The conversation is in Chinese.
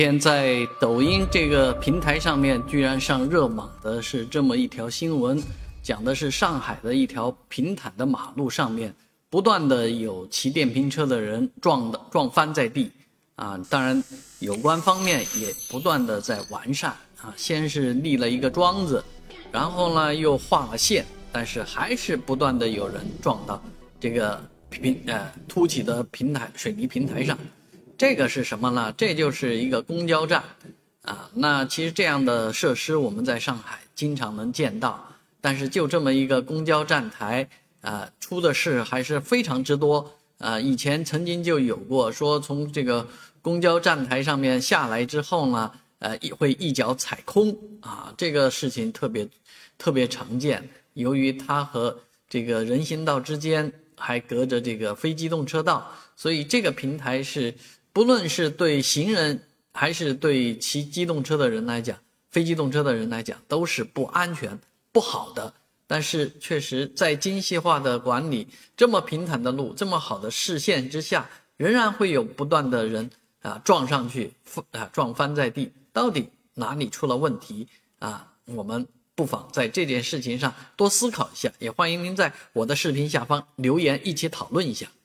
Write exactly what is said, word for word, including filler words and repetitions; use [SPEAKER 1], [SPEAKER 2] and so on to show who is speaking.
[SPEAKER 1] 天在抖音这个平台上面居然上热榜的是这么一条新闻，讲的是上海的一条平坦的马路上面不断的有骑电瓶车的人撞的撞翻在地啊，当然有关方面也不断的在完善啊，先是立了一个桩子，然后呢又画了线，但是还是不断的有人撞到这个平呃凸起的平台水泥平台上。这个是什么呢？这就是一个公交站啊。那其实这样的设施我们在上海经常能见到，但是就这么一个公交站台啊，出的事还是非常之多啊。以前曾经就有过说从这个公交站台上面下来之后呢，呃，会一脚踩空啊，这个事情特别特别常见。由于它和这个人行道之间还隔着这个非机动车道，所以这个平台是不论是对行人还是对骑机动车的人来讲，非机动车的人来讲都是不安全不好的。但是确实在精细化的管理，这么平坦的路，这么好的视线之下，仍然会有不断的人啊撞上去啊撞翻在地，到底哪里出了问题啊？我们不妨在这件事情上多思考一下，也欢迎您在我的视频下方留言一起讨论一下。